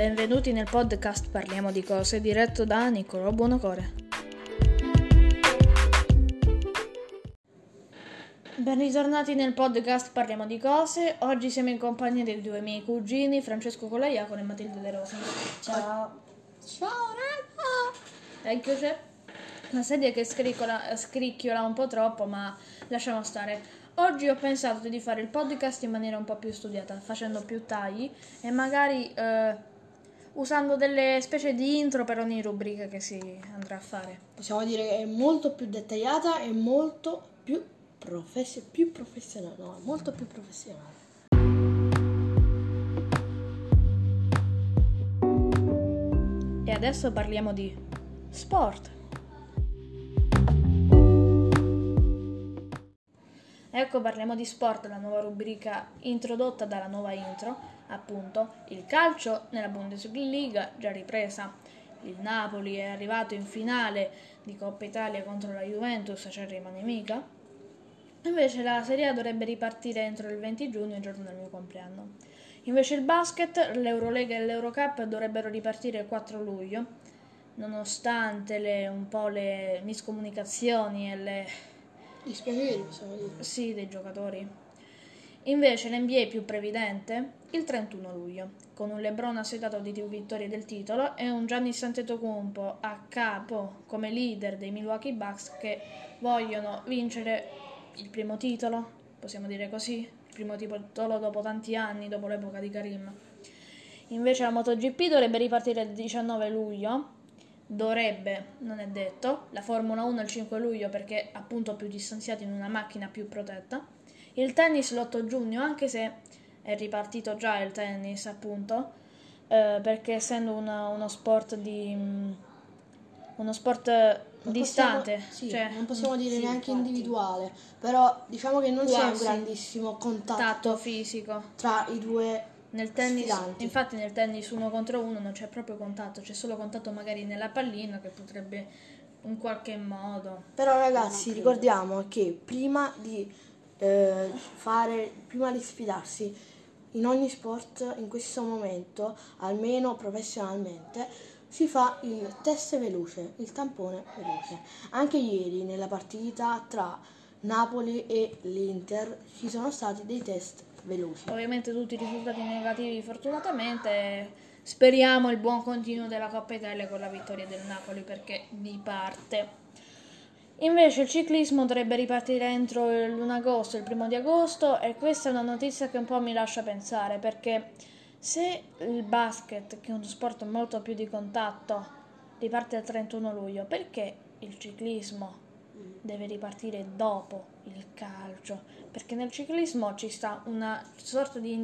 Benvenuti nel podcast Parliamo di cose, diretto da Niccolò Buonocore. Ben ritornati nel podcast Parliamo di cose. Oggi siamo in compagnia dei due miei cugini, Francesco Colaiacono e Matilde De Rosa. Ciao. Ciao raga. Ecco c'è la sedia che scricchiola un po' troppo, ma lasciamo stare. Oggi ho pensato di fare il podcast in maniera un po' più studiata, facendo più tagli e magari usando delle specie di intro per ogni rubrica che si andrà a fare. Possiamo dire che è molto più dettagliata e molto più professionale. No, molto più professionale. E adesso parliamo di sport. Ecco, parliamo di sport, la nuova rubrica introdotta dalla nuova intro, appunto, il calcio nella Bundesliga già ripresa. Il Napoli è arrivato in finale di Coppa Italia contro la Juventus, acerrima nemica. Invece la Serie A dovrebbe ripartire entro il 20 giugno, il giorno del mio compleanno. Invece il basket, l'Eurolega e l'Eurocup dovrebbero ripartire il 4 luglio, nonostante le miscomunicazioni e Dispiacere, possiamo dire. Sì, dei giocatori. Invece l'NBA più previdente il 31 luglio, con un LeBron assetato di vittorie del titolo e un Giannis Antetokounmpo a capo come leader dei Milwaukee Bucks che vogliono vincere il primo titolo, possiamo dire così, il primo titolo dopo tanti anni, dopo l'epoca di Karim. Invece la MotoGP dovrebbe ripartire il 19 luglio. Dovrebbe, non è detto, la Formula 1 il 5 luglio perché appunto più distanziati in una macchina più protetta, il tennis l'8 giugno anche se è ripartito già il tennis appunto, perché essendo uno sport distante, non possiamo dire neanche individuale, però diciamo che non c'è un grandissimo contatto fisico tra i due. Nel tennis, sfidanti. infatti nel tennis 1 contro 1 non c'è proprio contatto, c'è solo contatto magari nella pallina che potrebbe in qualche modo. Però ragazzi ricordiamo che prima di sfidarsi in ogni sport in questo momento, almeno professionalmente, si fa il test veloce, il tampone veloce. Anche ieri nella partita tra Napoli e l'Inter ci sono stati dei test veloci. Ovviamente tutti i risultati negativi fortunatamente. Speriamo il buon continuo della Coppa Italia con la vittoria del Napoli perché di parte. Invece il ciclismo dovrebbe ripartire entro l'1 agosto, il 1 di agosto e questa è una notizia che un po' mi lascia pensare perché se il basket, che è uno sport molto più di contatto, riparte il 31 luglio, perché il ciclismo deve ripartire dopo il calcio? Perché nel ciclismo ci sta una sorta di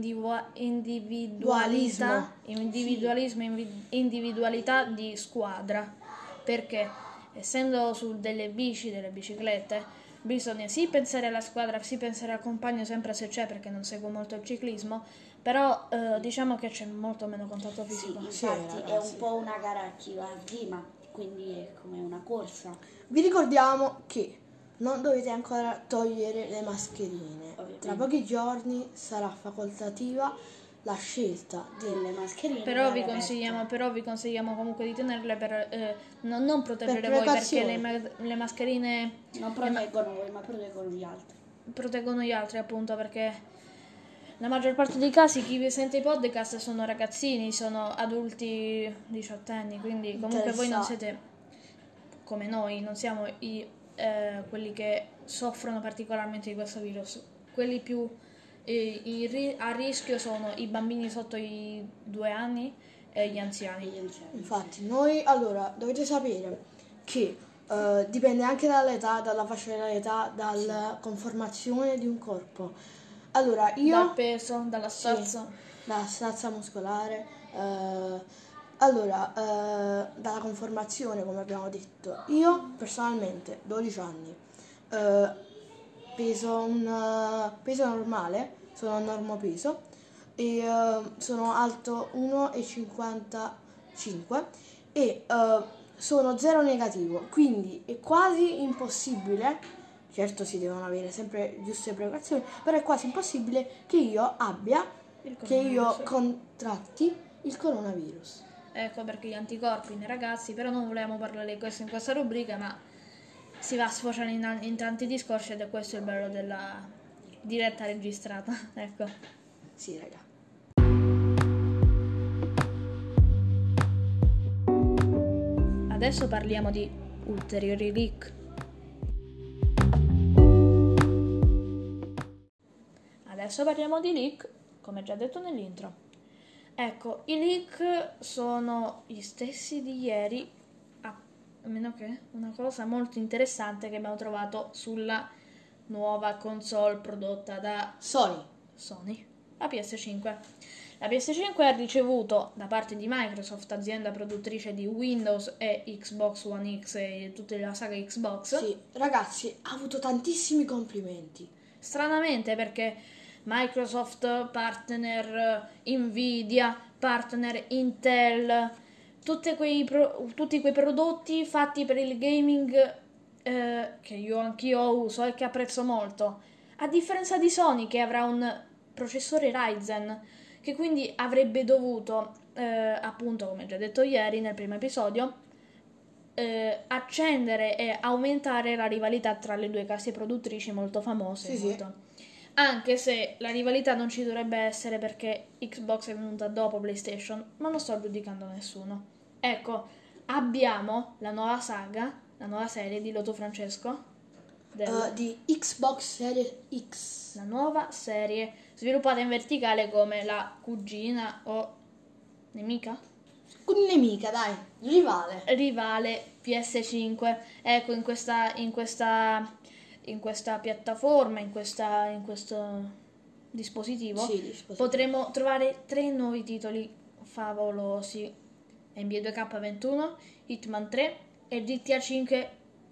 individualità di squadra, perché essendo su delle biciclette, bisogna sì pensare alla squadra, sì pensare al compagno sempre se c'è, perché non seguo molto il ciclismo, però diciamo che c'è molto meno contatto fisico. Sì, infatti è un po' una gara chi va prima, quindi è come una corsa. Vi ricordiamo che non dovete ancora togliere le mascherine. Ovviamente. Tra pochi giorni sarà facoltativa la scelta delle mascherine. Però vi consigliamo comunque di tenerle per non proteggere voi, perché le mascherine non proteggono voi, ma proteggono gli altri. Proteggono gli altri appunto, perché la maggior parte dei casi chi sente i podcast sono ragazzini, sono adulti diciottenni, quindi comunque voi non siete come noi, non siamo quelli che soffrono particolarmente di questo virus. Quelli più a rischio sono i bambini sotto i 2 anni e gli anziani. Infatti, dovete sapere che dipende anche dall'età, dalla fascia dell'età, dalla conformazione di un corpo. Allora, dal peso, dalla stazza. Dalla stazza muscolare, dalla conformazione, come abbiamo detto. Io personalmente 12 anni, peso normale, sono a normopeso e sono alto 1,55 e sono zero negativo, quindi è quasi impossibile, certo si devono avere sempre giuste precauzioni, però è quasi impossibile che io contratti il coronavirus. Ecco perché gli anticorpi nei ragazzi, però non volevamo parlare di questo in questa rubrica, ma si va a sfociare in tanti discorsi ed è questo il bello della diretta registrata. Ecco. Sì, raga. Adesso parliamo di ulteriori leak. Adesso parliamo di leak, come già detto nell'intro. Ecco, i leak sono gli stessi di ieri, a meno che una cosa molto interessante che abbiamo trovato sulla nuova console prodotta da Sony. la PS5. La PS5 ha ricevuto da parte di Microsoft, azienda produttrice di Windows e Xbox One X e tutta la saga Xbox. Sì, ragazzi, ha avuto tantissimi complimenti. Stranamente perché Microsoft, partner Nvidia, partner Intel, tutti quei prodotti fatti per il gaming che anch'io uso e che apprezzo molto. A differenza di Sony che avrà un processore Ryzen, che quindi avrebbe dovuto, appunto come già detto ieri nel primo episodio, accendere e aumentare la rivalità tra le due case produttrici molto famose. Sì, molto. Anche se la rivalità non ci dovrebbe essere perché Xbox è venuta dopo PlayStation, ma non sto giudicando nessuno. Ecco, abbiamo la nuova saga, la nuova serie, dillo tu Francesco, Di Xbox Series X. la nuova serie sviluppata in verticale come la cugina o nemica? Nemica, dai, Rivale PS5. Ecco, in questa piattaforma, in questo dispositivo, potremo trovare 3 nuovi titoli favolosi: NBA 2K21, Hitman 3 e GTA 5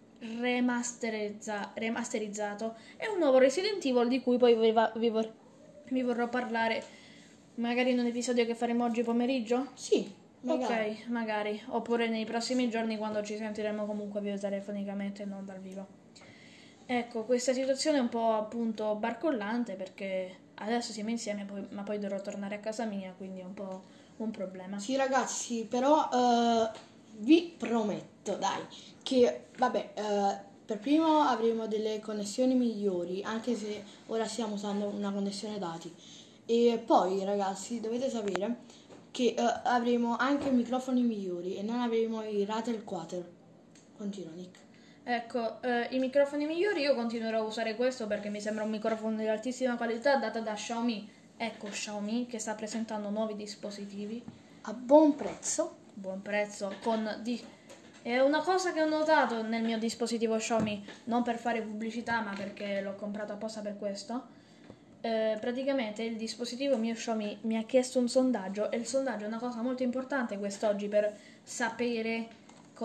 remasterizzato e un nuovo Resident Evil di cui poi vi vorrò parlare magari in un episodio che faremo oggi pomeriggio? Sì, magari. Ok, magari, oppure nei prossimi giorni quando ci sentiremo comunque via telefonicamente e non dal vivo. Ecco, questa situazione è un po' appunto barcollante perché adesso siamo insieme, ma poi dovrò tornare a casa mia, quindi è un po' un problema. Sì, ragazzi, però vi prometto, dai, che vabbè, per primo avremo delle connessioni migliori, anche se ora stiamo usando una connessione dati. E poi, ragazzi, dovete sapere che avremo anche microfoni migliori e non avremo i Ratel Quater. Continua, Nick. Ecco, i microfoni migliori io continuerò a usare questo perché mi sembra un microfono di altissima qualità data da Xiaomi. Ecco Xiaomi che sta presentando nuovi dispositivi A buon prezzo. buon prezzo è una cosa che ho notato nel mio dispositivo Xiaomi, non per fare pubblicità ma perché l'ho comprato apposta per questo. Praticamente il dispositivo mio Xiaomi mi ha chiesto un sondaggio e il sondaggio è una cosa molto importante quest'oggi per sapere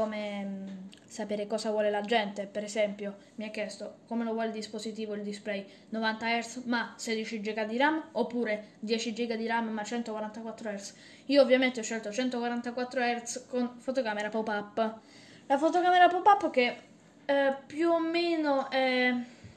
cosa vuole la gente. Per esempio mi ha chiesto come lo vuole il dispositivo, il display 90 Hz ma 16 GB di RAM oppure 10 GB di RAM ma 144 Hz. Io ovviamente ho scelto 144 Hz con fotocamera pop-up. La fotocamera pop-up che più o meno è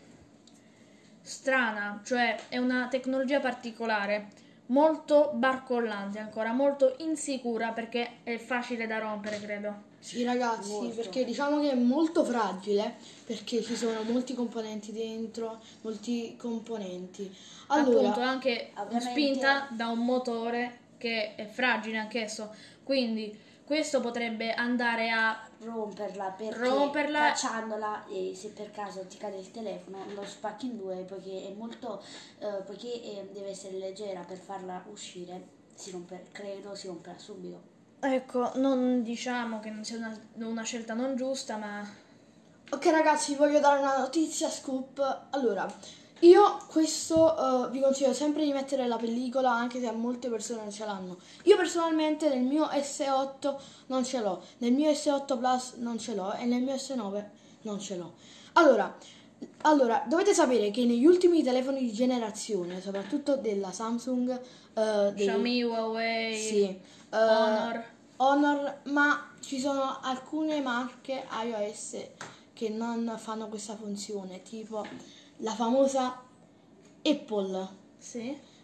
strana, cioè è una tecnologia particolare, molto barcollante ancora, molto insicura perché è facile da rompere, credo. Sì, ragazzi, Molto. perché diciamo che è molto fragile, perché ci sono molti componenti dentro, molti componenti. Allora, Appunto anche ovviamente- spinta da un motore che è fragile anch'esso, quindi questo potrebbe andare a romperla perché Romperla. cacciandola e se per caso ti cade il telefono lo spacchi in due poiché è molto poiché deve essere leggera per farla uscire credo si romperà subito. ecco, non diciamo che non sia una scelta non giusta, ma ok ragazzi, vi voglio dare una notizia scoop. Allora, io questo vi consiglio sempre di mettere la pellicola, anche se molte persone non ce l'hanno. Io personalmente nel mio S8 non ce l'ho, nel mio S8 Plus non ce l'ho e nel mio S9 non ce l'ho. Allora, dovete sapere che negli ultimi telefoni di generazione, soprattutto della Samsung, Xiaomi, Huawei, sì, Honor, ma ci sono alcune marche iOS che non fanno questa funzione, tipo la famosa Apple. sì,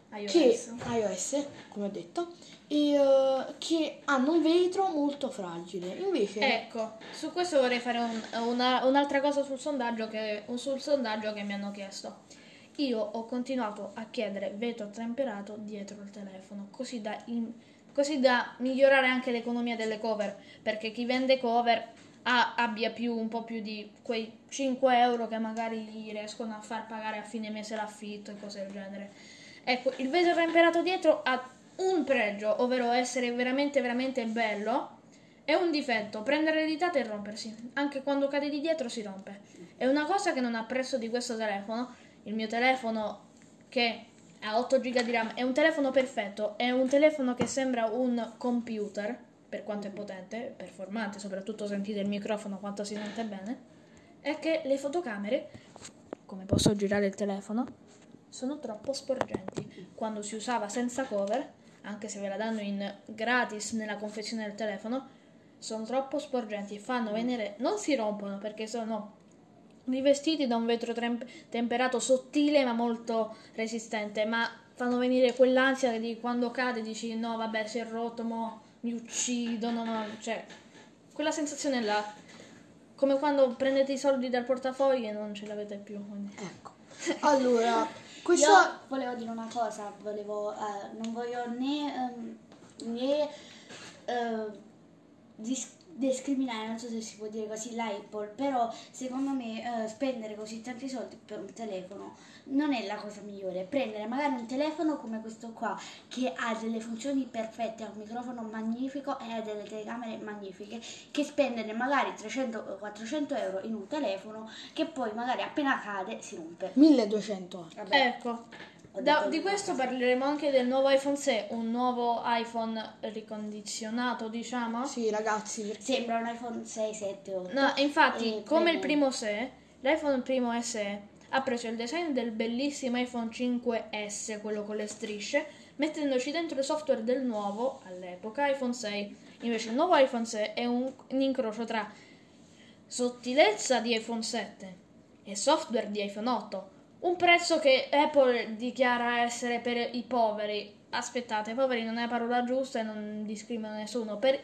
iOS, come ho detto, e che hanno un vetro molto fragile. Invece, Ecco, su questo vorrei fare un'altra cosa sul sondaggio che mi hanno chiesto. Io ho continuato a chiedere vetro temperato dietro il telefono, così da migliorare anche l'economia delle cover, perché chi vende cover abbia un po' più di quei 5 euro che magari gli riescono a far pagare a fine mese l'affitto e cose del genere. Ecco, il vetro temperato dietro ha un pregio, ovvero essere veramente veramente bello, e un difetto, prendere le ditate e rompersi. Anche quando cade di dietro si rompe. È una cosa che non apprezzo di questo telefono. Il mio telefono, che ha 8 GB di RAM, è un telefono perfetto, è un telefono che sembra un computer, per quanto è potente, performante, soprattutto sentite il microfono quanto si sente bene, è che le fotocamere, come posso girare il telefono, sono troppo sporgenti. Quando si usava senza cover, anche se ve la danno in gratis nella confezione del telefono, sono troppo sporgenti e fanno venire, non si rompono perché sono rivestiti da un vetro temperato sottile ma molto resistente, ma fanno venire quell'ansia di quando cade dici no vabbè si è rotto, mo mi uccidono, cioè quella sensazione là, come quando prendete i soldi dal portafoglio e non ce l'avete più. Quindi. ecco, allora, questo... Io volevo dire una cosa, non voglio né discriminare, non so se si può dire così, l'Apple, però secondo me spendere così tanti soldi per un telefono non è la cosa migliore. Prendere magari un telefono come questo qua, che ha delle funzioni perfette, ha un microfono magnifico e ha delle telecamere magnifiche, che spendere magari 300 o 400 euro in un telefono che poi magari appena cade si rompe. 1200. Vabbè, Ecco, di questo parleremo anche del nuovo iPhone 6, un nuovo iPhone ricondizionato, diciamo. Sì, ragazzi, perché... sembra un iPhone 6, 7, 8. No, infatti, come il prende- primo SE, l'iPhone primo SE ha preso il design del bellissimo iPhone 5S, quello con le strisce, mettendoci dentro il software del nuovo, all'epoca, iPhone 6. Invece il nuovo iPhone 6 è un incrocio tra sottilezza di iPhone 7 e software di iPhone 8. Un prezzo che Apple dichiara essere per i poveri. Aspettate, poveri non è la parola giusta e non discrimina nessuno. Per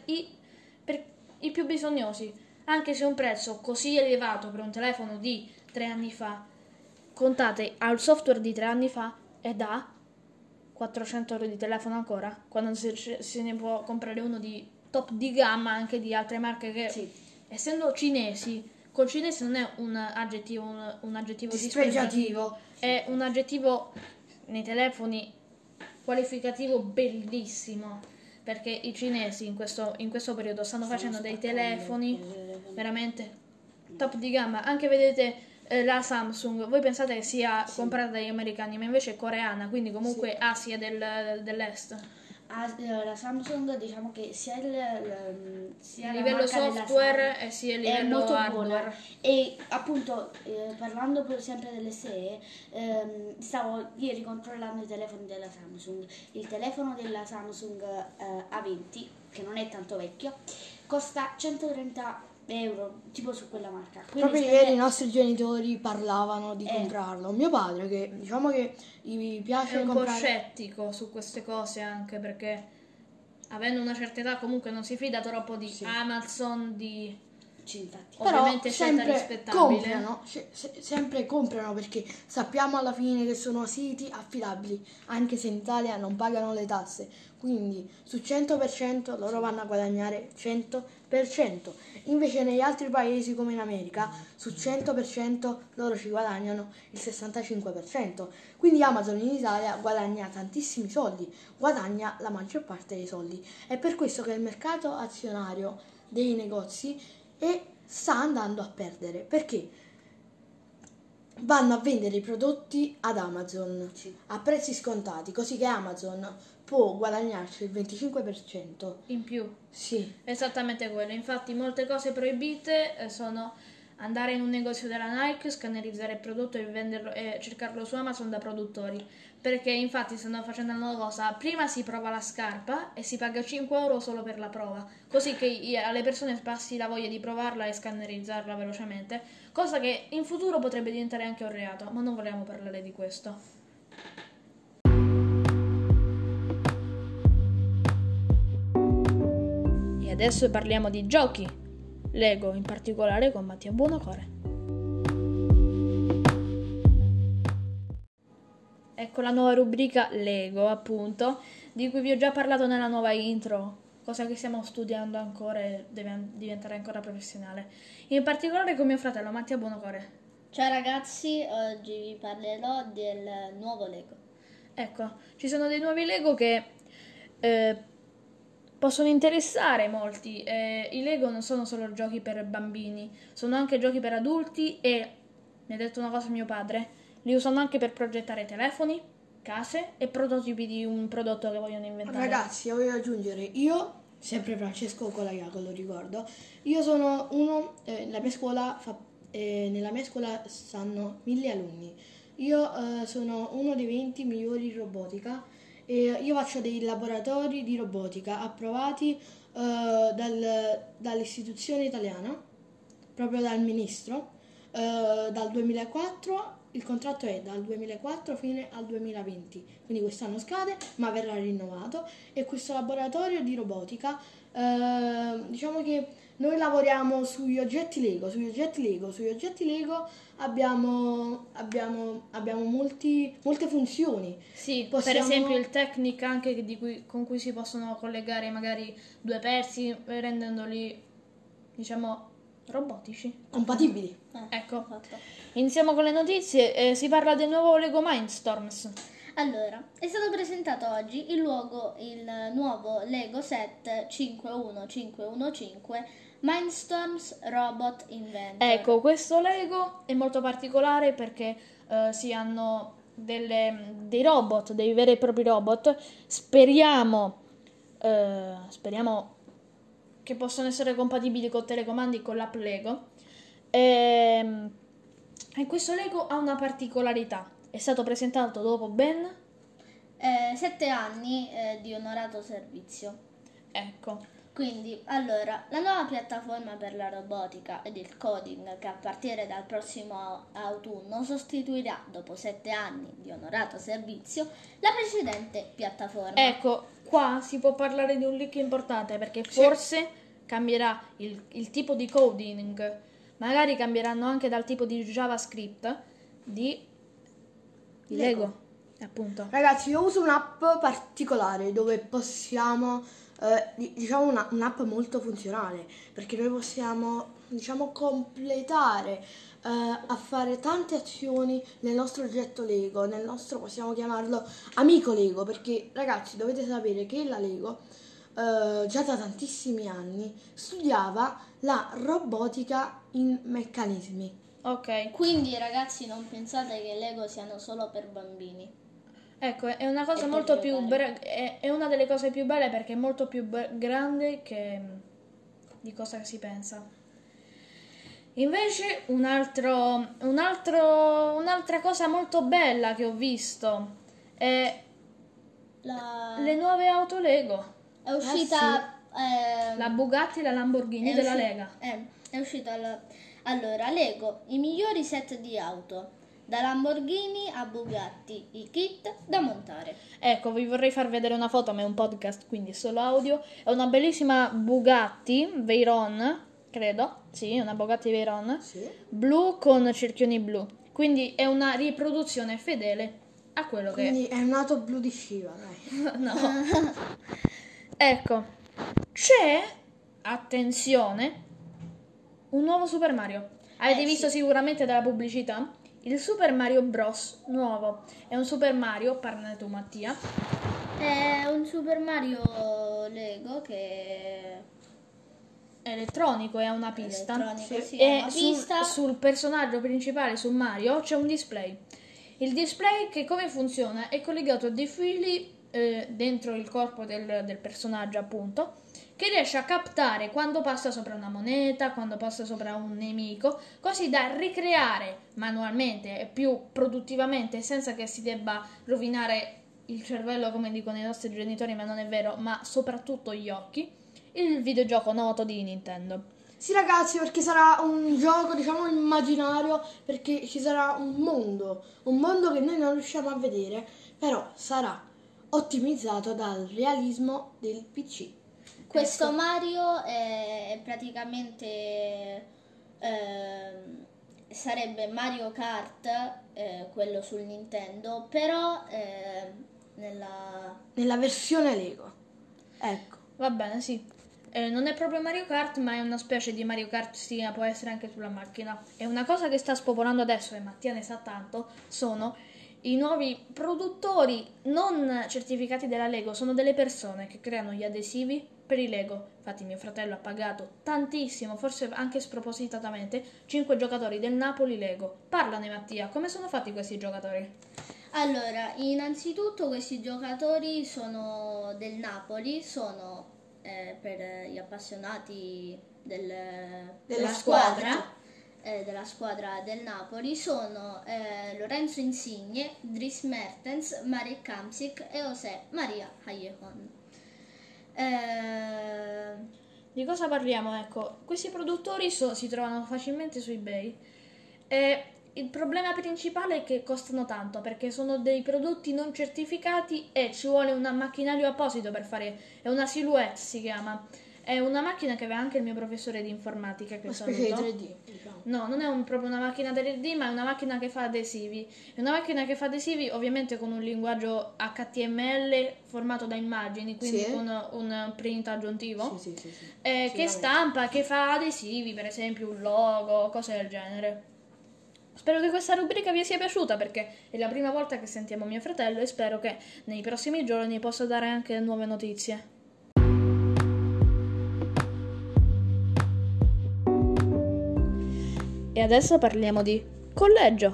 i più bisognosi, anche se un prezzo così elevato per un telefono di 3 anni fa, contate, al software di 3 anni fa è da 400 euro di telefono ancora, quando se ne può comprare uno di top di gamma anche di altre marche che, Sì. essendo cinesi, col cinese non è un aggettivo, un aggettivo dispregiativo. è un aggettivo nei telefoni qualificativo bellissimo, perché i cinesi in questo periodo stanno facendo dei telefoni veramente top di gamma. Anche vedete la Samsung, voi pensate che sia comprata dagli americani, ma invece è coreana, quindi comunque Asia dell'est. La Samsung, diciamo che sia A la livello marca della software Samsung e sia a è livello molto hardware. buona. E appunto parlando sempre delle SE, stavo ieri controllando i telefoni della Samsung. Il telefono della Samsung A20, che non è tanto vecchio, costa 130 euro, tipo su quella marca. Quindi Proprio ieri i nostri genitori parlavano di comprarlo. Mio padre, che diciamo che gli piace È un po' comprare... scettico su queste cose, anche perché avendo una certa età comunque non si fida troppo di Amazon, di Sì, infatti. Però ovviamente scelta sempre rispettabile. comprano, sempre comprano perché sappiamo alla fine che sono siti affidabili, anche se in Italia non pagano le tasse. Quindi su 100% loro vanno a guadagnare 100%. Invece negli altri paesi come in America su 100% loro ci guadagnano il 65%. Quindi Amazon in Italia guadagna tantissimi soldi, guadagna la maggior parte dei soldi. È per questo che il mercato azionario dei negozi sta andando a perdere, perché vanno a vendere i prodotti ad Amazon a prezzi scontati, così che Amazon può guadagnarci il 25% in più. Sì, Esattamente quello. Infatti molte cose proibite sono andare in un negozio della Nike, scannerizzare il prodotto e venderlo e cercarlo su Amazon da produttori. Perché infatti stanno facendo una cosa, prima si prova la scarpa e si paga 5 euro solo per la prova, così che alle persone passi la voglia di provarla e scannerizzarla velocemente, cosa che in futuro potrebbe diventare anche un reato, ma non vogliamo parlare di questo. adesso parliamo di giochi Lego, in particolare con Mattia Buonocore. Ecco la nuova rubrica Lego, appunto, di cui vi ho già parlato nella nuova intro, cosa che stiamo studiando ancora e deve diventare ancora professionale. In particolare con mio fratello Mattia Buonocore. Ciao ragazzi, oggi vi parlerò del nuovo Lego. Ecco, ci sono dei nuovi Lego che possono interessare molti. I Lego non sono solo giochi per bambini, sono anche giochi per adulti e, mi ha detto una cosa mio padre, li usano anche per progettare telefoni, case e prototipi di un prodotto che vogliono inventare. Ragazzi, voglio aggiungere, io, sempre Francesco Colaiaco, lo ricordo, io sono uno, nella mia scuola stanno 1000 alunni. Io sono uno dei 20 migliori in robotica e io faccio dei laboratori di robotica approvati dall'istituzione italiana, proprio dal ministro, dal 2004. Il contratto è dal 2004 fino al 2020, quindi quest'anno scade, ma verrà rinnovato. E questo laboratorio di robotica, diciamo che noi lavoriamo sugli oggetti Lego. Sugli oggetti Lego abbiamo molte funzioni. Sì, Possiamo- per esempio il Technic anche con cui si possono collegare magari due pezzi rendendoli, diciamo, robotici. Compatibili. Ecco, Fatto. iniziamo con le notizie. Si parla del nuovo Lego Mindstorms. Allora, è stato presentato oggi il nuovo Lego set 51515 Mindstorms Robot Inventor. Ecco, questo Lego è molto particolare perché si hanno dei robot, dei veri e propri robot. Speriamo che possano essere compatibili con telecomandi con l'app Lego. E questo Lego ha una particolarità. È stato presentato dopo ben 7 anni di onorato servizio. ecco. Quindi, allora, la nuova piattaforma per la robotica ed il coding che a partire dal prossimo autunno sostituirà, dopo 7 anni di onorato servizio, la precedente piattaforma. Ecco, qua si può parlare di un leak importante perché forse cambierà il tipo di coding, magari cambieranno anche dal tipo di JavaScript di Lego, appunto. Ragazzi, io uso un'app particolare dove possiamo, diciamo un'app molto funzionale, perché noi possiamo, diciamo, completare a fare tante azioni nel nostro oggetto Lego, nel nostro, possiamo chiamarlo amico Lego, perché ragazzi dovete sapere che la Lego già da tantissimi anni studiava la robotica in meccanismi. Ok, Quindi, ragazzi, non pensate che Lego siano solo per bambini. ecco, è una cosa E molto per più giocare. è una delle cose più belle perché è molto più grande di cosa si pensa. Invece un'altra cosa molto bella che ho visto è le nuove auto Lego, È uscita... la Bugatti e la Lamborghini della Lega. È uscita allora, Lego, i migliori set di auto, da Lamborghini a Bugatti, i kit da montare. Ecco, vi vorrei far vedere una foto, ma è un podcast, quindi solo audio. È una bellissima Bugatti Veyron, credo. Sì, una Bugatti Veyron. Sì. Blu con cerchioni blu. Quindi è una riproduzione fedele a quello Quindi è un auto blu di Shiva, dai. che è. No. Ecco, c'è, attenzione, un nuovo Super Mario. Avete visto sicuramente dalla pubblicità? Il Super Mario Bros. Nuovo. È un Super Mario, parlane tu Mattia. È un Super Mario Lego che È elettronico, è una pista. elettronico, sì, E è una pista. sul personaggio principale, su Mario, c'è un display. Il display che come funziona? È collegato a dei fili dentro il corpo del personaggio, appunto, che riesce a captare quando passa sopra una moneta, quando passa sopra un nemico, così da ricreare manualmente e più produttivamente, senza che si debba rovinare il cervello, come dicono i nostri genitori, ma non è vero, ma soprattutto gli occhi, il videogioco noto di Nintendo. Sì ragazzi, perché sarà un gioco, diciamo, immaginario, perché ci sarà un mondo che noi non riusciamo a vedere, però sarà ottimizzato dal realismo del PC. Questo Mario è praticamente sarebbe Mario Kart, quello sul Nintendo, però Nella versione Lego. Ecco. Va bene, sì. Non è proprio Mario Kart, ma è una specie di Mario Kart, sì, può essere anche sulla macchina. E una cosa che sta spopolando adesso, e Mattia ne sa tanto, sono i nuovi produttori non certificati della Lego. Sono delle persone che creano gli adesivi per i Lego. Infatti mio fratello ha pagato tantissimo, forse anche spropositatamente, 5 giocatori del Napoli Lego. Parlane Mattia, come sono fatti questi giocatori? Allora, innanzitutto questi giocatori sono del Napoli, sono per gli appassionati della squadra del Napoli, sono Lorenzo Insigne, Dries Mertens, Marek Hamsik e José Maria Callejon. Di cosa parliamo? Ecco, questi produttori si trovano facilmente su eBay e il problema principale è che costano tanto perché sono dei prodotti non certificati e ci vuole un macchinario apposito per fare, è una Silhouette si chiama, è una macchina che aveva anche il mio professore di informatica che Una specie di saluto. 3D, diciamo. No, non è proprio una macchina 3D, ma è una macchina che fa adesivi. È una macchina che fa adesivi ovviamente con un linguaggio HTML formato da immagini, quindi Sì. con un print aggiuntivo, Sì. che Sicuramente. stampa, che fa adesivi, per esempio un logo, cose del genere. Spero che questa rubrica vi sia piaciuta perché è la prima volta che sentiamo mio fratello e spero che nei prossimi giorni possa dare anche nuove notizie. E adesso parliamo di collegio.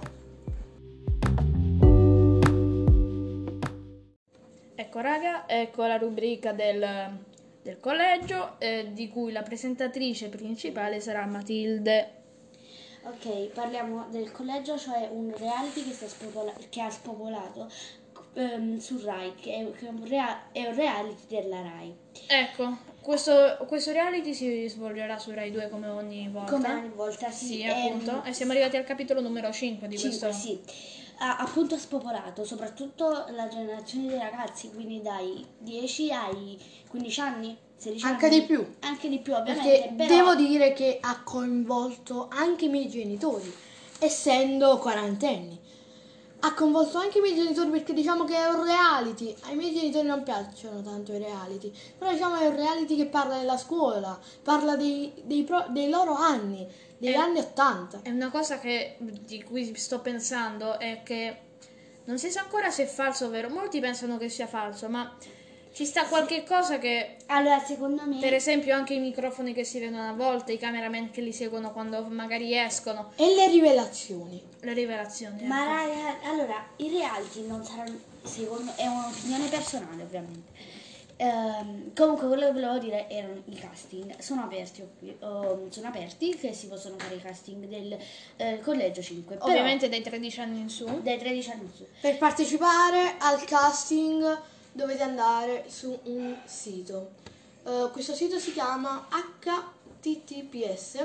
Ecco raga, ecco la rubrica del collegio di cui la presentatrice principale sarà Matilde. Ok, parliamo del collegio, cioè un reality che ha spopolato su Rai, che è un reality della Rai. Ecco, questo reality si svolgerà su Rai 2 come ogni volta. Come ogni volta, sì. Sì, appunto. E siamo arrivati al capitolo numero 5 di 5, questo. sì. Ha appunto spopolato soprattutto la generazione dei ragazzi, quindi dai 10 ai 15 anni, 16 Anche anni. di più. Anche di più, ovviamente. Perché però... devo dire che ha coinvolto anche i miei genitori, essendo quarantenni. Ha coinvolto anche i miei genitori perché diciamo che è un reality. Ai miei genitori non piacciono tanto i reality, però diciamo è un reality che parla della scuola, parla dei loro anni, degli anni 80. E una cosa di cui sto pensando è che non si sa ancora se è falso o vero. Molti pensano che sia falso, ma ci sta qualche cosa che... Allora, secondo me... Per esempio anche i microfoni che si vedono a volte, i cameraman che li seguono quando magari escono, E le rivelazioni. le rivelazioni. Ma ecco. raga, allora, i reality non saranno, secondo è un'opinione personale ovviamente. Comunque quello che volevo dire erano i casting, sono aperti che si possono fare i casting del collegio 5. Però, Ovviamente dai 13 anni in su. dai 13 anni in su. Per partecipare al casting dovete andare su un sito. Questo sito si chiama https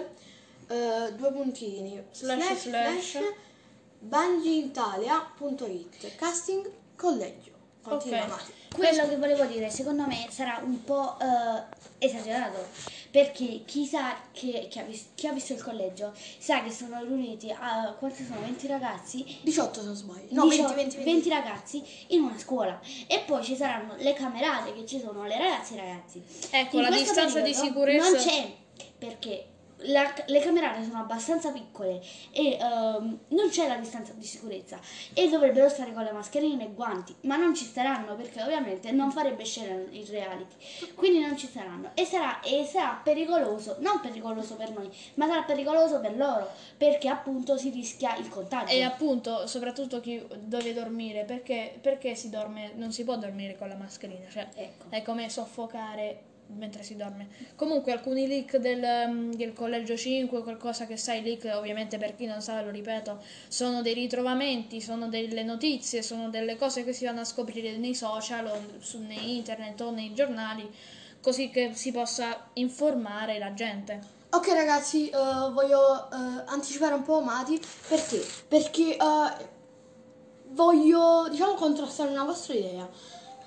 //bangiitalia.it casting collegio. Continua, Ok. Mati. Quello che volevo dire, secondo me sarà un po' esagerato, perché chi ha visto il collegio sa che sono riuniti a quanti sono 20 ragazzi 18 se non sbaglio. No, 20 ragazzi in una scuola, e poi ci saranno le camerate che ci sono le ragazze e i ragazzi. Ecco, In la questo distanza di periodo sicurezza... non c'è, perché le camerate sono abbastanza piccole e non c'è la distanza di sicurezza, e dovrebbero stare con le mascherine e guanti, ma non ci staranno perché ovviamente non farebbe scena il reality, quindi non ci saranno, e sarà pericoloso, non pericoloso per noi, ma sarà pericoloso per loro, perché appunto si rischia il contagio. E appunto, soprattutto chi deve dormire, perché si dorme, non si può dormire con la mascherina, cioè Ecco. è come soffocare mentre si dorme. Comunque alcuni leak del collegio 5, qualcosa che sai, leak ovviamente per chi non sa, lo ripeto, sono dei ritrovamenti, sono delle notizie, sono delle cose che si vanno a scoprire nei social o nei internet o nei giornali, così che si possa informare la gente. Ok ragazzi, voglio anticipare un po' Mati, perché? Perché voglio, diciamo, contrastare una vostra idea.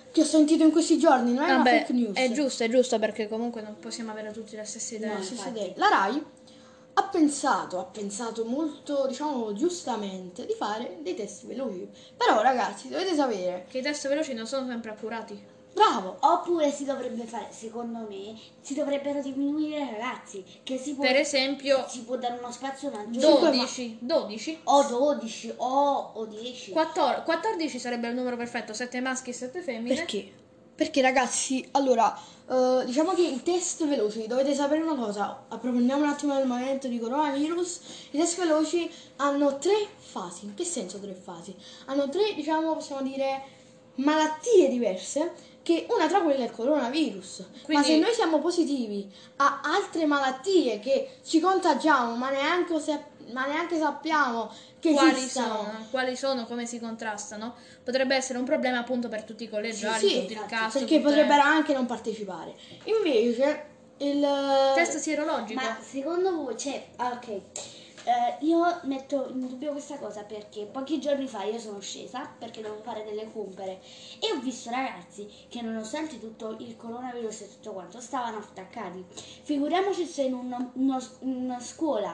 che ho sentito in questi giorni, non è una Vabbè, fake news. è giusto perché comunque non possiamo avere tutti le stesse idee. No. Stesse infatti. idee. La Rai ha pensato molto, diciamo, giustamente di fare dei test veloci. Però ragazzi, dovete sapere, Che i test veloci non sono sempre accurati. bravo, Oppure si dovrebbe fare, secondo me, si dovrebbero diminuire i ragazzi, che si può, Per esempio, si può dare uno spazio maggiore. 12. O 12 o 10. 14 sarebbe il numero perfetto, 7 maschi e 7 femmine. perché? Perché ragazzi, allora, diciamo che i test veloci, dovete sapere una cosa, approfondiamo un attimo il momento di coronavirus, i test veloci hanno 3 fasi. In che senso 3 fasi? Hanno 3, diciamo, possiamo dire, malattie diverse, che una tra quelle è il coronavirus. Ma Quindi- se noi siamo positivi a altre malattie che ci contagiamo, ma neanche sappiamo che esistono. Quali sono, come si contrastano, potrebbe essere un problema appunto per tutti i collegiali, Sì, tutto il infatti, cast, perché tutte- potrebbero anche non partecipare. Invece il test sierologico. Ma secondo voi c'è... ok, io metto in dubbio questa cosa perché pochi giorni fa io sono scesa perché dovevo fare delle compere e ho visto ragazzi che nonostante tutto il coronavirus e tutto quanto stavano attaccati. Figuriamoci se in una scuola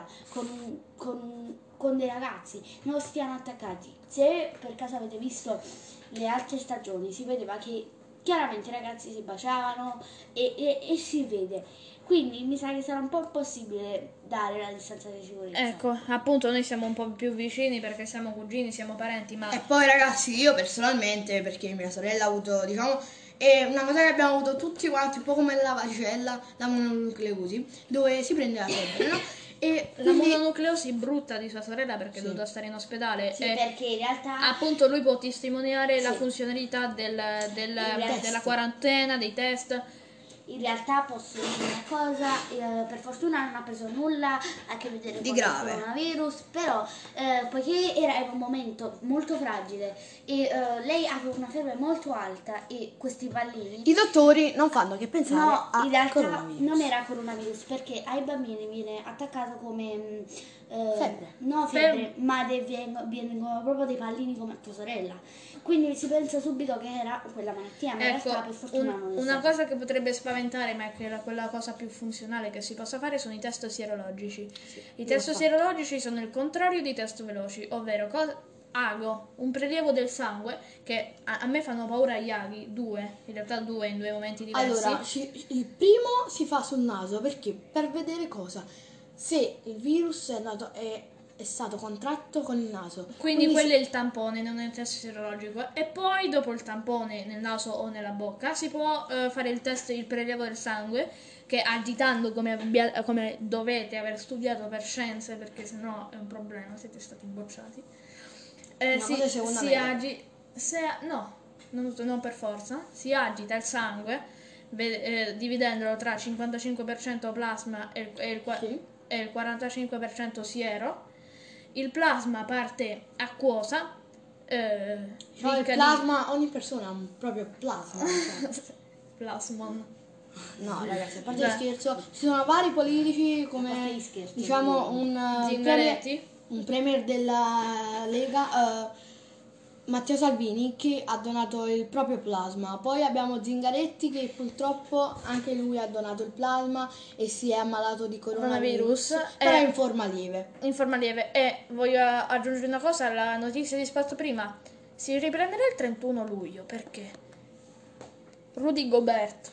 con dei ragazzi non stiano attaccati. Se per caso avete visto le altre stagioni si vedeva che chiaramente i ragazzi si baciavano e si vede. Quindi mi sa che sarà un po' impossibile dare la distanza di sicurezza. Ecco, appunto noi siamo un po' più vicini perché siamo cugini, siamo parenti, ma E poi ragazzi, io personalmente, perché mia sorella ha avuto, diciamo, è una cosa che abbiamo avuto tutti quanti, un po' come la varicella, la mononucleosi, dove si prende la febbre, no? E la quindi, mononucleosi brutta di sua sorella perché è dovuta stare in ospedale Sì, e perché in realtà appunto lui può testimoniare la Sì. funzionalità della test. quarantena, dei test. in realtà posso dire una cosa, per fortuna non ha preso nulla a che vedere Di con grave. il coronavirus, però poiché era in un momento molto fragile e lei aveva una febbre molto alta e questi pallini. i dottori non fanno che pensare No, a in realtà coronavirus. non era coronavirus perché ai bambini viene attaccato come Febbre. no febbre, ma vengono proprio dei pallini come a tua sorella. Quindi si pensa subito che era quella malattia, ma in Ecco, realtà per fortuna non è una stata. cosa che potrebbe spaventare, ma è quella cosa più funzionale che si possa fare, sono i test sierologici. I test sierologici sono il contrario dei test veloci, ovvero ago, un prelievo del sangue, che a me fanno paura gli aghi, in realtà due in due momenti diversi. Allora, il primo si fa sul naso, perché? Per vedere cosa? Se il virus è stato contratto con il naso. Quindi quello è il tampone, non è il test sierologico. E poi dopo il tampone nel naso o nella bocca si può fare il prelievo del sangue, che agitando come dovete aver studiato per scienze, perché sennò è un problema, siete stati bocciati. Una cosa seconda media. No, non per forza. Si agita il sangue dividendolo tra 55% plasma Sì. e il 45% siero. Il plasma parte acquosa. Cioè, il plasma, ogni persona ha un proprio plasma. Cioè. Plasmon. No, ragazzi, a parte Beh. lo scherzo, ci sono vari politici A parte come gli scherzi, diciamo Zingaretti. un premier della Lega, Matteo Salvini, che ha donato il proprio plasma. Poi abbiamo Zingaretti che purtroppo anche lui ha donato il plasma e si è ammalato di coronavirus, però in forma lieve. In forma lieve. E voglio aggiungere una cosa alla notizia di spazio prima. Si riprenderà il 31 luglio perché Rudy Gobert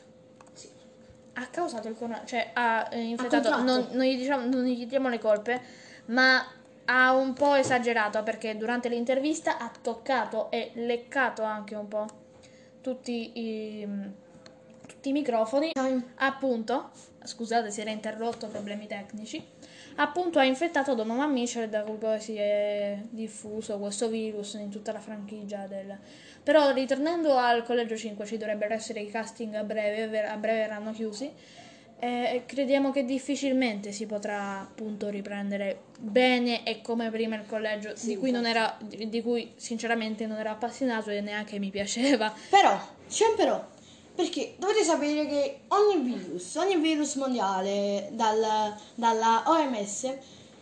ha causato il coronavirus, cioè ha infettato, contratto. non gli diamo le colpe, ma ha un po' esagerato perché durante l'intervista ha toccato e leccato anche un po' tutti i microfoni. Appunto, scusate, si era interrotto, problemi tecnici. Appunto ha infettato Donovan Mitchell, da cui poi si è diffuso questo virus in tutta la franchigia del... Però ritornando al Collegio 5 ci dovrebbero essere i casting a breve verranno chiusi. Crediamo che difficilmente si potrà appunto riprendere bene e come prima il collegio, di cui sinceramente non ero appassionato e neanche mi piaceva. Però, c'è un però, perché dovete sapere che ogni virus mondiale dalla OMS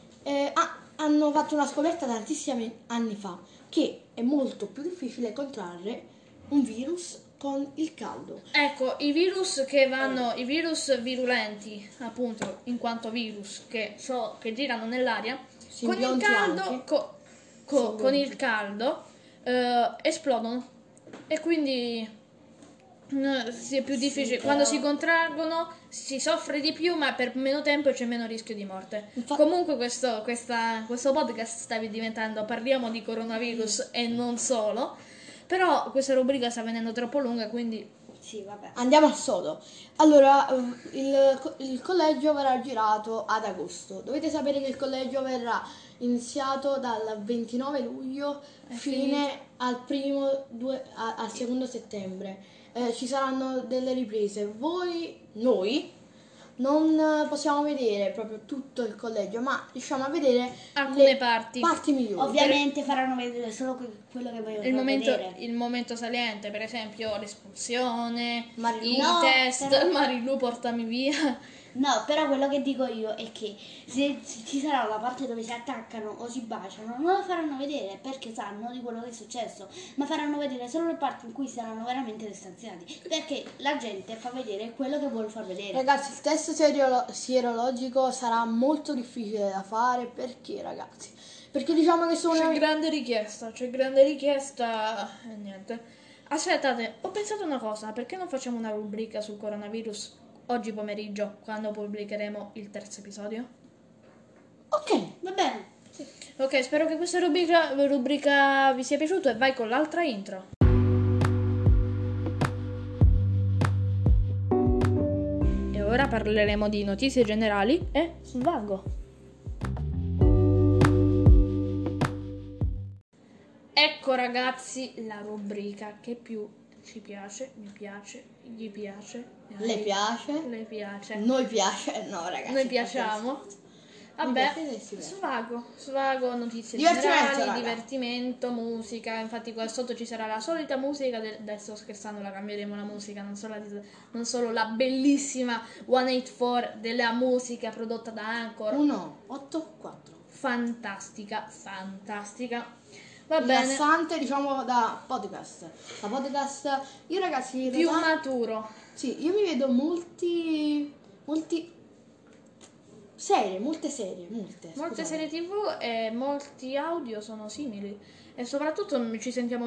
hanno fatto una scoperta tantissimi anni fa, che è molto più difficile contrarre un virus con il caldo. Ecco, i virus che vanno, i virus virulenti, appunto, in quanto virus che girano nell'aria, con il Simbionti caldo, anche. con il caldo esplodono. E quindi sì, è più difficile. Quando si contraggono si soffre di più, ma per meno tempo e c'è meno rischio di morte. Comunque questo podcast sta diventando, parliamo di coronavirus e non solo. Però questa rubrica sta venendo troppo lunga, quindi Sì, vabbè. Andiamo al sodo. Allora, il collegio verrà girato ad agosto. Dovete sapere che il collegio verrà iniziato dal 29 luglio fine al al secondo settembre. Ci saranno delle riprese. Noi non possiamo vedere proprio tutto il collegio, ma riusciamo a vedere alcune le parti. migliori. Ovviamente faranno vedere solo quello che vogliono vedere. Il momento saliente, per esempio l'espulsione, Marilu. i No, test, però- Marilu portami via. No, però quello che dico io è che se ci sarà la parte dove si attaccano o si baciano, non lo faranno vedere perché sanno di quello che è successo, ma faranno vedere solo le parti in cui saranno veramente distanziati, perché la gente fa vedere quello che vuole far vedere. Ragazzi, il test sierologico sarà molto difficile da fare perché, ragazzi? Perché diciamo che sono C'è grande richiesta e niente. Aspettate, ho pensato una cosa, perché non facciamo una rubrica sul coronavirus oggi pomeriggio, quando pubblicheremo il terzo episodio? Ok, Va bene. Ok, spero che questa rubrica vi sia piaciuta e vai con l'altra intro. E ora parleremo di notizie generali e svago. Ecco ragazzi la rubrica che più ci piace, mi piace, gli piace. le piace? Le piace. Noi piace? No, ragazzi. Noi piacciamo. Vabbè, piace che si vede. svago, notizie Divertimento, generali, raga. divertimento, musica. Infatti qua sotto ci sarà la solita musica. Adesso scherzando, la cambieremo la musica, non solo la bellissima 184 della musica prodotta da Anchor. 184. Fantastica. Va bene. Rilassante, diciamo, da podcast. Da podcast, io ragazzi, in Più realtà, maturo. sì, io mi vedo molte serie. Molte Scusate. serie TV e molti audio sono simili. E soprattutto ci sentiamo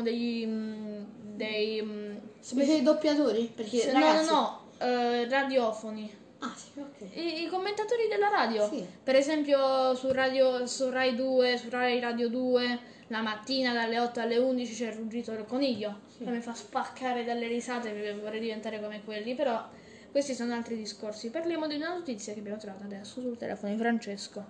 Sapete i doppiatori? Perché, ragazzi... radiofoni. Ah, sì, ok. I commentatori della radio. Sì. Per esempio su Rai 2, su Rai Radio 2, la mattina dalle 8 alle 11 c'è il ruggito del coniglio. Che mi fa spaccare dalle risate, vorrei diventare come quelli, però questi sono altri discorsi. Parliamo di una notizia che abbiamo trovato adesso sul telefono di Francesco.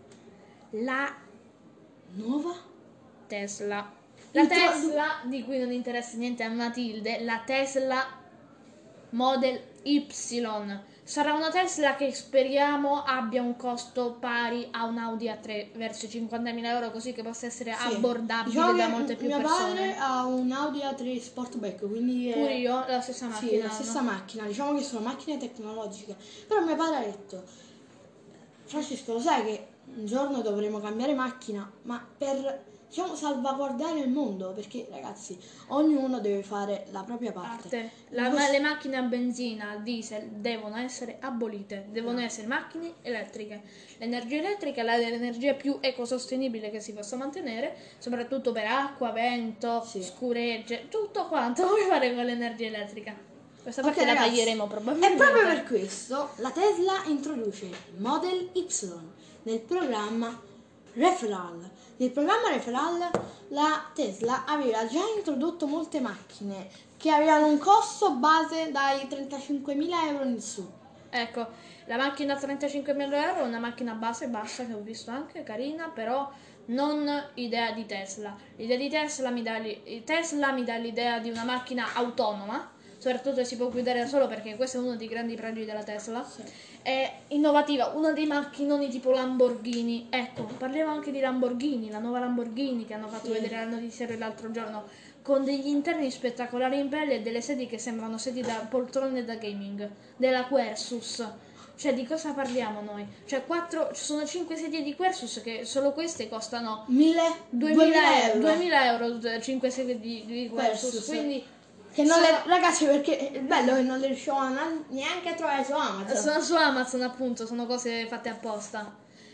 La Nuova? Tesla. La Tesla, di cui non interessa niente a Matilde, la Tesla Model Y. Sarà una Tesla che speriamo abbia un costo pari a un Audi A3 verso i 50.000 euro, così che possa essere abbordabile Diciamo da che molte più mio persone. padre ha un Audi A3 Sportback, quindi Pure io, la stessa macchina. Sì, la stessa no? macchina, diciamo che sono macchine tecnologiche. Però mio padre ha detto: Francesco, lo sai che un giorno dovremo cambiare macchina, ma per, diciamo, salvaguardare il mondo, perché ragazzi, ognuno deve fare la propria parte. Le macchine a benzina, a diesel devono essere abolite, devono essere macchine elettriche. L'energia elettrica è l'energia più ecosostenibile che si possa mantenere, soprattutto per acqua, vento, Sì. scuregge, tutto quanto vuoi fare con l'energia elettrica. Questa parte Ok, la ragazzi, taglieremo E probabilmente. proprio per questo la Tesla introduce il Model Y nel programma Referral. Nel programma Referral la Tesla aveva già introdotto molte macchine che avevano un costo base dai 35.000 euro in su. Ecco, la macchina a 35.000 euro è una macchina bassa che ho visto anche, carina, però non idea di Tesla. L'idea di Tesla mi dà l'idea di una macchina autonoma, soprattutto si può guidare da solo, perché questo è uno dei grandi pregi della Tesla. È innovativa, uno dei macchinoni tipo Lamborghini. Ecco, parliamo anche di Lamborghini, la nuova Lamborghini che hanno fatto vedere al notiziario l'altro giorno, con degli interni spettacolari in pelle e delle sedie che sembrano sedie da poltrone da gaming, della Quersus. Cioè, di cosa parliamo noi? Cioè, ci sono 5 sedie di Quersus che solo queste costano 2.000 euro. 2.000 euro, 5 sedie di Quersus. Quersus. Quindi Che non le, ragazzi, perché il bello è che non le riusciamo neanche a trovare su Amazon. Sono su Amazon, appunto, sono cose fatte apposta.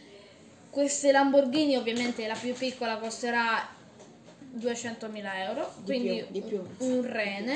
Queste Lamborghini, ovviamente, la più piccola costerà 200.000 euro, quindi di più. un rene,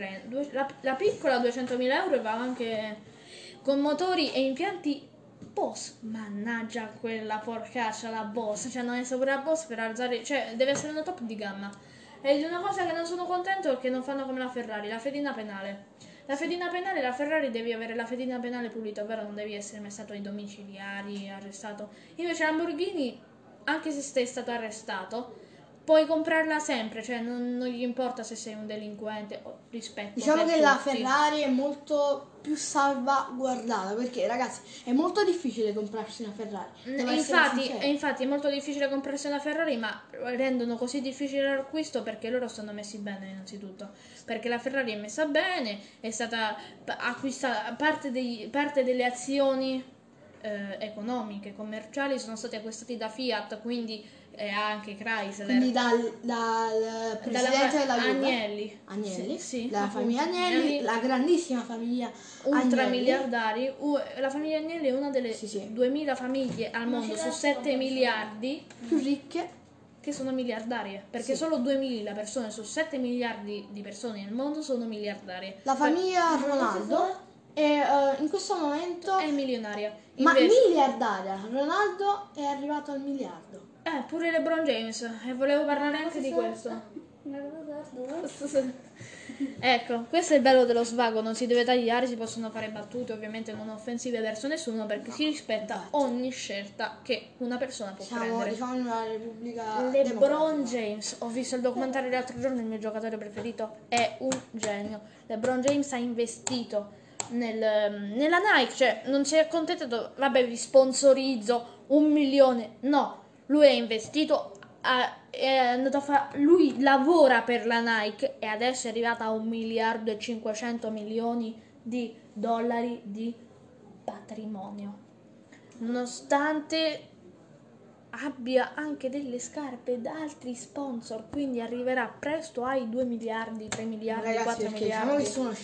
la piccola 200.000 euro e va anche con motori e impianti Boss. Mannaggia quella porcaccia, la Boss, cioè non è pure la Boss per alzare, cioè deve essere una top di gamma. Ed una cosa che non sono contento è che non fanno come la Ferrari, la fedina penale. La fedina penale, la Ferrari devi avere la fedina penale pulita, ovvero non devi essere mai stato ai domiciliari, arrestato. Invece Lamborghini, anche se sei stato arrestato, puoi comprarla sempre, cioè non gli importa se sei un delinquente o rispetto. Diciamo per che la tutti. Ferrari è molto più salvaguardata, perché ragazzi è molto difficile comprarsi una Ferrari. devo essere sincero. Infatti è molto difficile comprarsi una Ferrari, ma rendono così difficile l'acquisto perché loro sono messi bene innanzitutto. Perché la Ferrari è messa bene, è stata acquistata, parte delle azioni economiche, commerciali sono state acquistate da Fiat, quindi anche Chrysler. Quindi dal presidente della Juve, Agnelli, sì, la appunto, famiglia Agnelli, la grandissima famiglia ultramiliardari. La famiglia Agnelli è una delle Sì. 2000 famiglie al mondo su 7 miliardi più ricche. che sono miliardarie, perché solo 2000 persone su 7 miliardi di persone nel mondo sono miliardarie. La famiglia Ronaldo è in questo momento È milionaria. ma Invece, miliardaria. Ronaldo è arrivato al miliardo. pure LeBron James, e volevo parlare anche di questo. Non lo ricordo. Ecco, questo è il bello dello svago, non si deve tagliare, si possono fare battute ovviamente non offensive verso nessuno perché si rispetta ogni scelta che una persona può Siamo prendere. diciamo in una repubblica LeBron James, ho visto il documentario l'altro giorno, il mio giocatore preferito è un genio. LeBron James ha investito nella Nike, cioè non si è accontentato, vabbè vi sponsorizzo 1 milione, no, lui ha investito, è andato lui lavora per la Nike e adesso è arrivata a 1.500.000.000 di dollari di patrimonio, nonostante abbia anche delle scarpe da altri sponsor, quindi arriverà presto ai 2 miliardi, 3 miliardi, Ragazzi, 4 perché miliardi.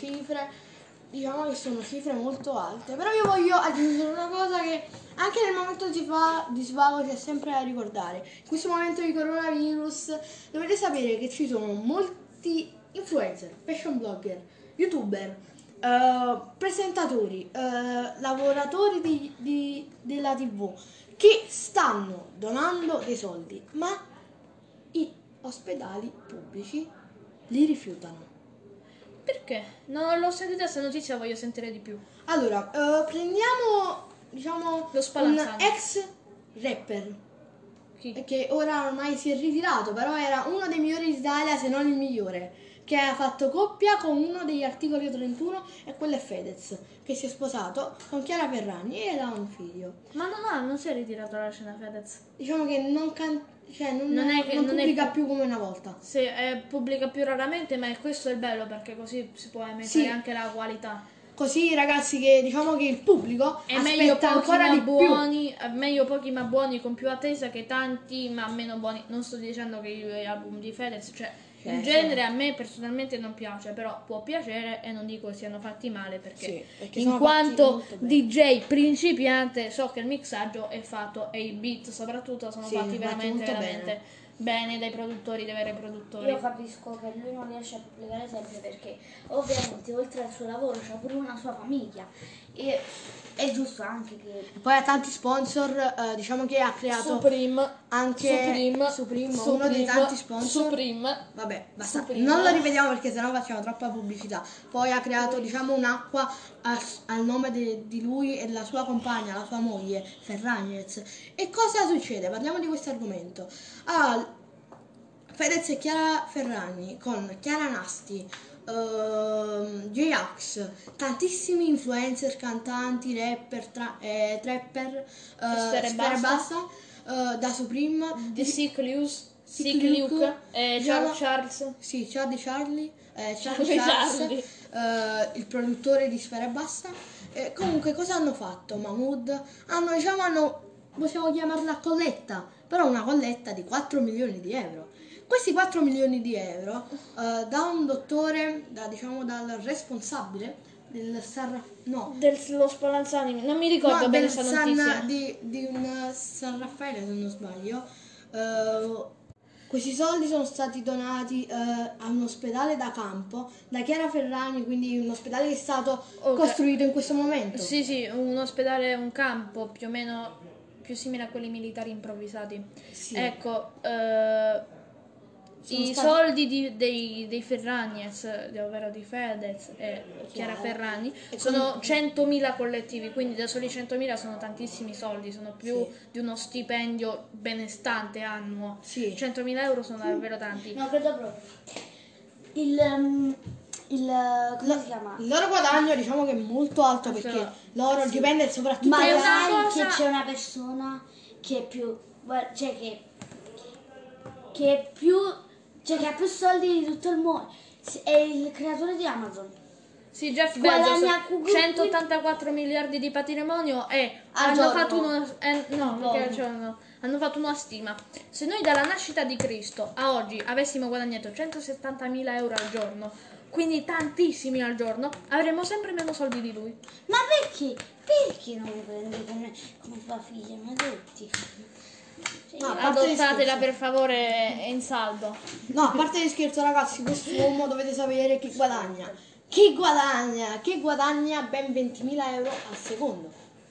diciamo che sono cifre molto alte. Però io voglio aggiungere una cosa che anche nel momento di svago c'è sempre da ricordare. In questo momento di coronavirus dovete sapere che ci sono molti influencer, fashion blogger, youtuber, presentatori, lavoratori della TV che stanno donando dei soldi, ma i ospedali pubblici li rifiutano. Perché? Non l'ho sentita questa notizia, voglio sentire di più. Allora, prendiamo diciamo Lo un Spallanzani. ex rapper Chi? che ora ormai si è ritirato, però era uno dei migliori d'Italia, se non il migliore, che ha fatto coppia con uno degli articoli 31 e quello è Fedez, che si è sposato con Chiara Ferragni e ha un figlio. Ma non si è ritirato dalla scena Fedez. Diciamo che non Non è che- non è pubblica che- più come una volta. Sì, pubblica più raramente, ma questo è il bello perché così si può emettere Sì. anche la qualità. Così ragazzi, che diciamo che il pubblico È meglio aspetta pochi ancora ma di più. buoni, è meglio pochi ma buoni con più attesa che tanti ma meno buoni. Non sto dicendo che gli album di Fedez, cioè in genere a me personalmente non piace, però può piacere e non dico che siano fatti male perché perché in sono fatti quanto molto bene. DJ principiante so che il mixaggio è fatto e i beat soprattutto sono Sì, fatti fatti veramente molto veramente bene dai produttori, dai veri produttori. Io capisco che lui non riesce a pubblicare sempre perché ovviamente oltre al suo lavoro c'ha pure una sua famiglia e è giusto anche che Poi ha tanti sponsor, diciamo che ha creato anche Supreme, uno dei tanti sponsor. Supreme. Vabbè, basta. Supreme. Non lo rivediamo perché sennò facciamo troppa pubblicità. Poi ha creato, diciamo, un'acqua al nome di lui e della sua compagna, la sua moglie, Ferragnez. E cosa succede? Parliamo di questo argomento. Fedez e Chiara Ferragni con Chiara Nasti, J-Ax, tantissimi influencer, cantanti, rapper, trapper, Sfera e Sfera e Basta. Basta, da Supreme, The Sick Luke, Luke e diciamo- Charles. sì, Charlie, Charlie. Charles, il produttore di Sfera e Basta. Comunque cosa hanno fatto? Mahmood possiamo chiamarla colletta, però una colletta di 4 milioni di euro. Questi 4 milioni di euro da un dottore, dal responsabile del Dello Spallanzani, non mi ricordo bene questa notizia. di un San Raffaele, se non sbaglio. Questi soldi sono stati donati a un ospedale da campo da Chiara Ferragni, quindi un ospedale che è stato costruito in questo momento. Sì, un ospedale, un campo più o meno più simile a quelli militari improvvisati. Sì. Ecco, soldi dei Ferragnez, ovvero di Fedez e Chiara Ferragni, sono 100.000 collettivi, quindi da soli 100.000 sono tantissimi soldi, sono più di uno stipendio benestante annuo. Sì. 100.000 euro sono davvero tanti. No, credo proprio. Come si chiama? Il loro guadagno diciamo che è molto alto perché loro dipende soprattutto Ma è una sai cosa- che c'è una persona che è più, cioè che è più, cioè che ha più soldi di tutto il mondo, è il creatore di Amazon. Sì, Jeff Bezos, Guadagna 184 miliardi di patrimonio e Al hanno giorno. fatto hanno fatto una stima. Se noi dalla nascita di Cristo a oggi avessimo guadagnato 170.000 euro al giorno, quindi tantissimi al giorno, avremmo sempre meno soldi di lui. Ma perché? Perché non lo prendi come tua figlia, maledetti? No, a parte gli Adottatela scherzi. per favore, è in saldo. No, a parte gli scherzi ragazzi, quest'uomo dovete sapere che guadagna. Che guadagna ben 20.000 euro al secondo.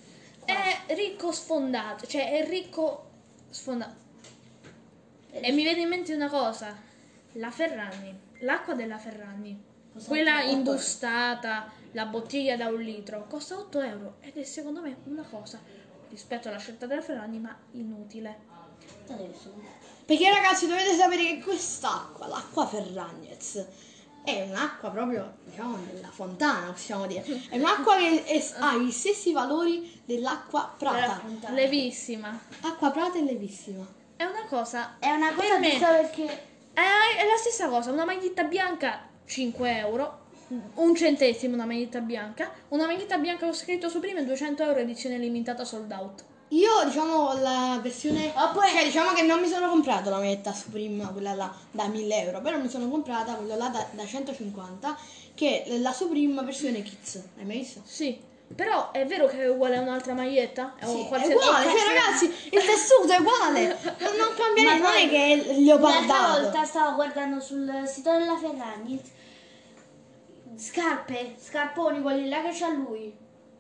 È ricco sfondato, cioè è ricco sfondato. E mi viene in mente una cosa, la Ferragni, l'acqua della Ferragni, quella imbustata, la bottiglia da 1 litro, costa 8 euro ed è secondo me una cosa, rispetto alla scelta della Ferragni, ma inutile. Perché ragazzi dovete sapere che quest'acqua, l'acqua Ferragnez, è un'acqua proprio, diciamo, della fontana, possiamo dire. È un'acqua che ha gli stessi valori dell'acqua Prata. Levissima. Acqua Prata è levissima. È una cosa, È una cosa per me giusta perché è la stessa cosa, una maglietta bianca 5 euro, 1 centesimo una maglietta bianca con scritto Supreme 200 euro edizione limitata sold out. Io diciamo la versione, cioè diciamo che non mi sono comprato la maglietta Supreme, quella là da 1.000 euro, però mi sono comprata quella là da 150, che è la Supreme versione Kids. Hai mai visto? Sì, però è vero che è uguale a un'altra maglietta? Sì, è uguale, cioè ragazzi, il tessuto è uguale, non cambia niente, non è che è l'altra leopardato. volta stavo guardando sul sito della Ferragni scarponi, quelli là che c'ha lui,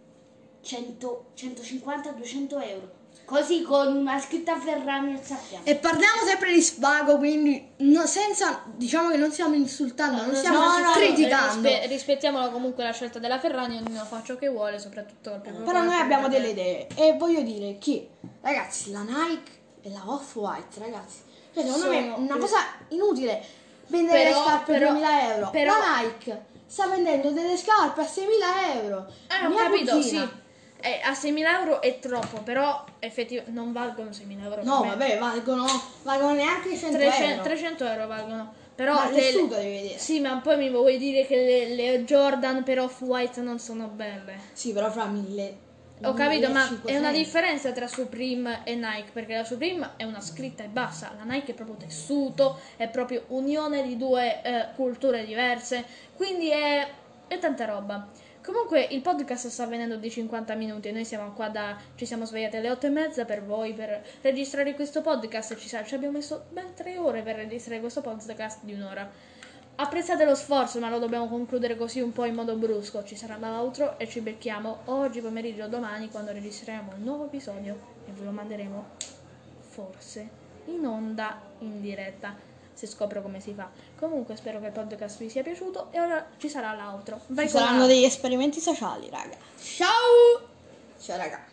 150-200 euro, così con una scritta Ferragni al sappiamo. E parliamo sempre di svago, quindi senza, diciamo che non stiamo insultando, non stiamo criticando. Rispettiamolo comunque la scelta della Ferragni, ognuno fa ciò che vuole, soprattutto col più Però noi abbiamo delle idee e voglio dire che, ragazzi, la Nike e la Off-White, ragazzi, cioè secondo me è una cosa inutile vendere le scarpe a 2.000 euro. La Nike sta vendendo delle scarpe a 6.000 euro. ho Mia capito, cugina. sì. A 6.000 euro è troppo, però effettivamente non valgono 6.000 euro. No, per me. vabbè, valgono neanche 100 euro. 300 euro valgono. Però Ma il tessuto devi vedere. Sì, ma poi mi vuoi dire che le Jordan per Off-White non sono belle? Sì, però fra 1.000. Ho capito, ma 1.500. è una differenza tra Supreme e Nike, perché la Supreme è una scritta e basta, la Nike è proprio tessuto, è proprio unione di due culture diverse, quindi è tanta roba. Comunque il podcast sta avvenendo di 50 minuti e noi siamo qua ci siamo svegliati alle 8:30 per voi, per registrare questo podcast, ci abbiamo messo ben 3 ore per registrare questo podcast di 1 ora. Apprezzate lo sforzo, ma lo dobbiamo concludere così un po' in modo brusco. Ci sarà l'outro e ci becchiamo oggi pomeriggio o domani quando registreremo il nuovo episodio e ve lo manderemo forse in onda in diretta, se scopro come si fa. Comunque spero che il podcast vi sia piaciuto e ora ci sarà l'outro. Vai Ci con saranno degli esperimenti sociali, raga. Ciao! Ciao, raga.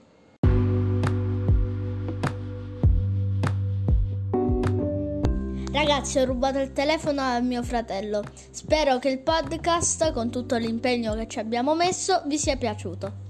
Ragazzi, ho rubato il telefono a mio fratello. Spero che il podcast, con tutto l'impegno che ci abbiamo messo, vi sia piaciuto.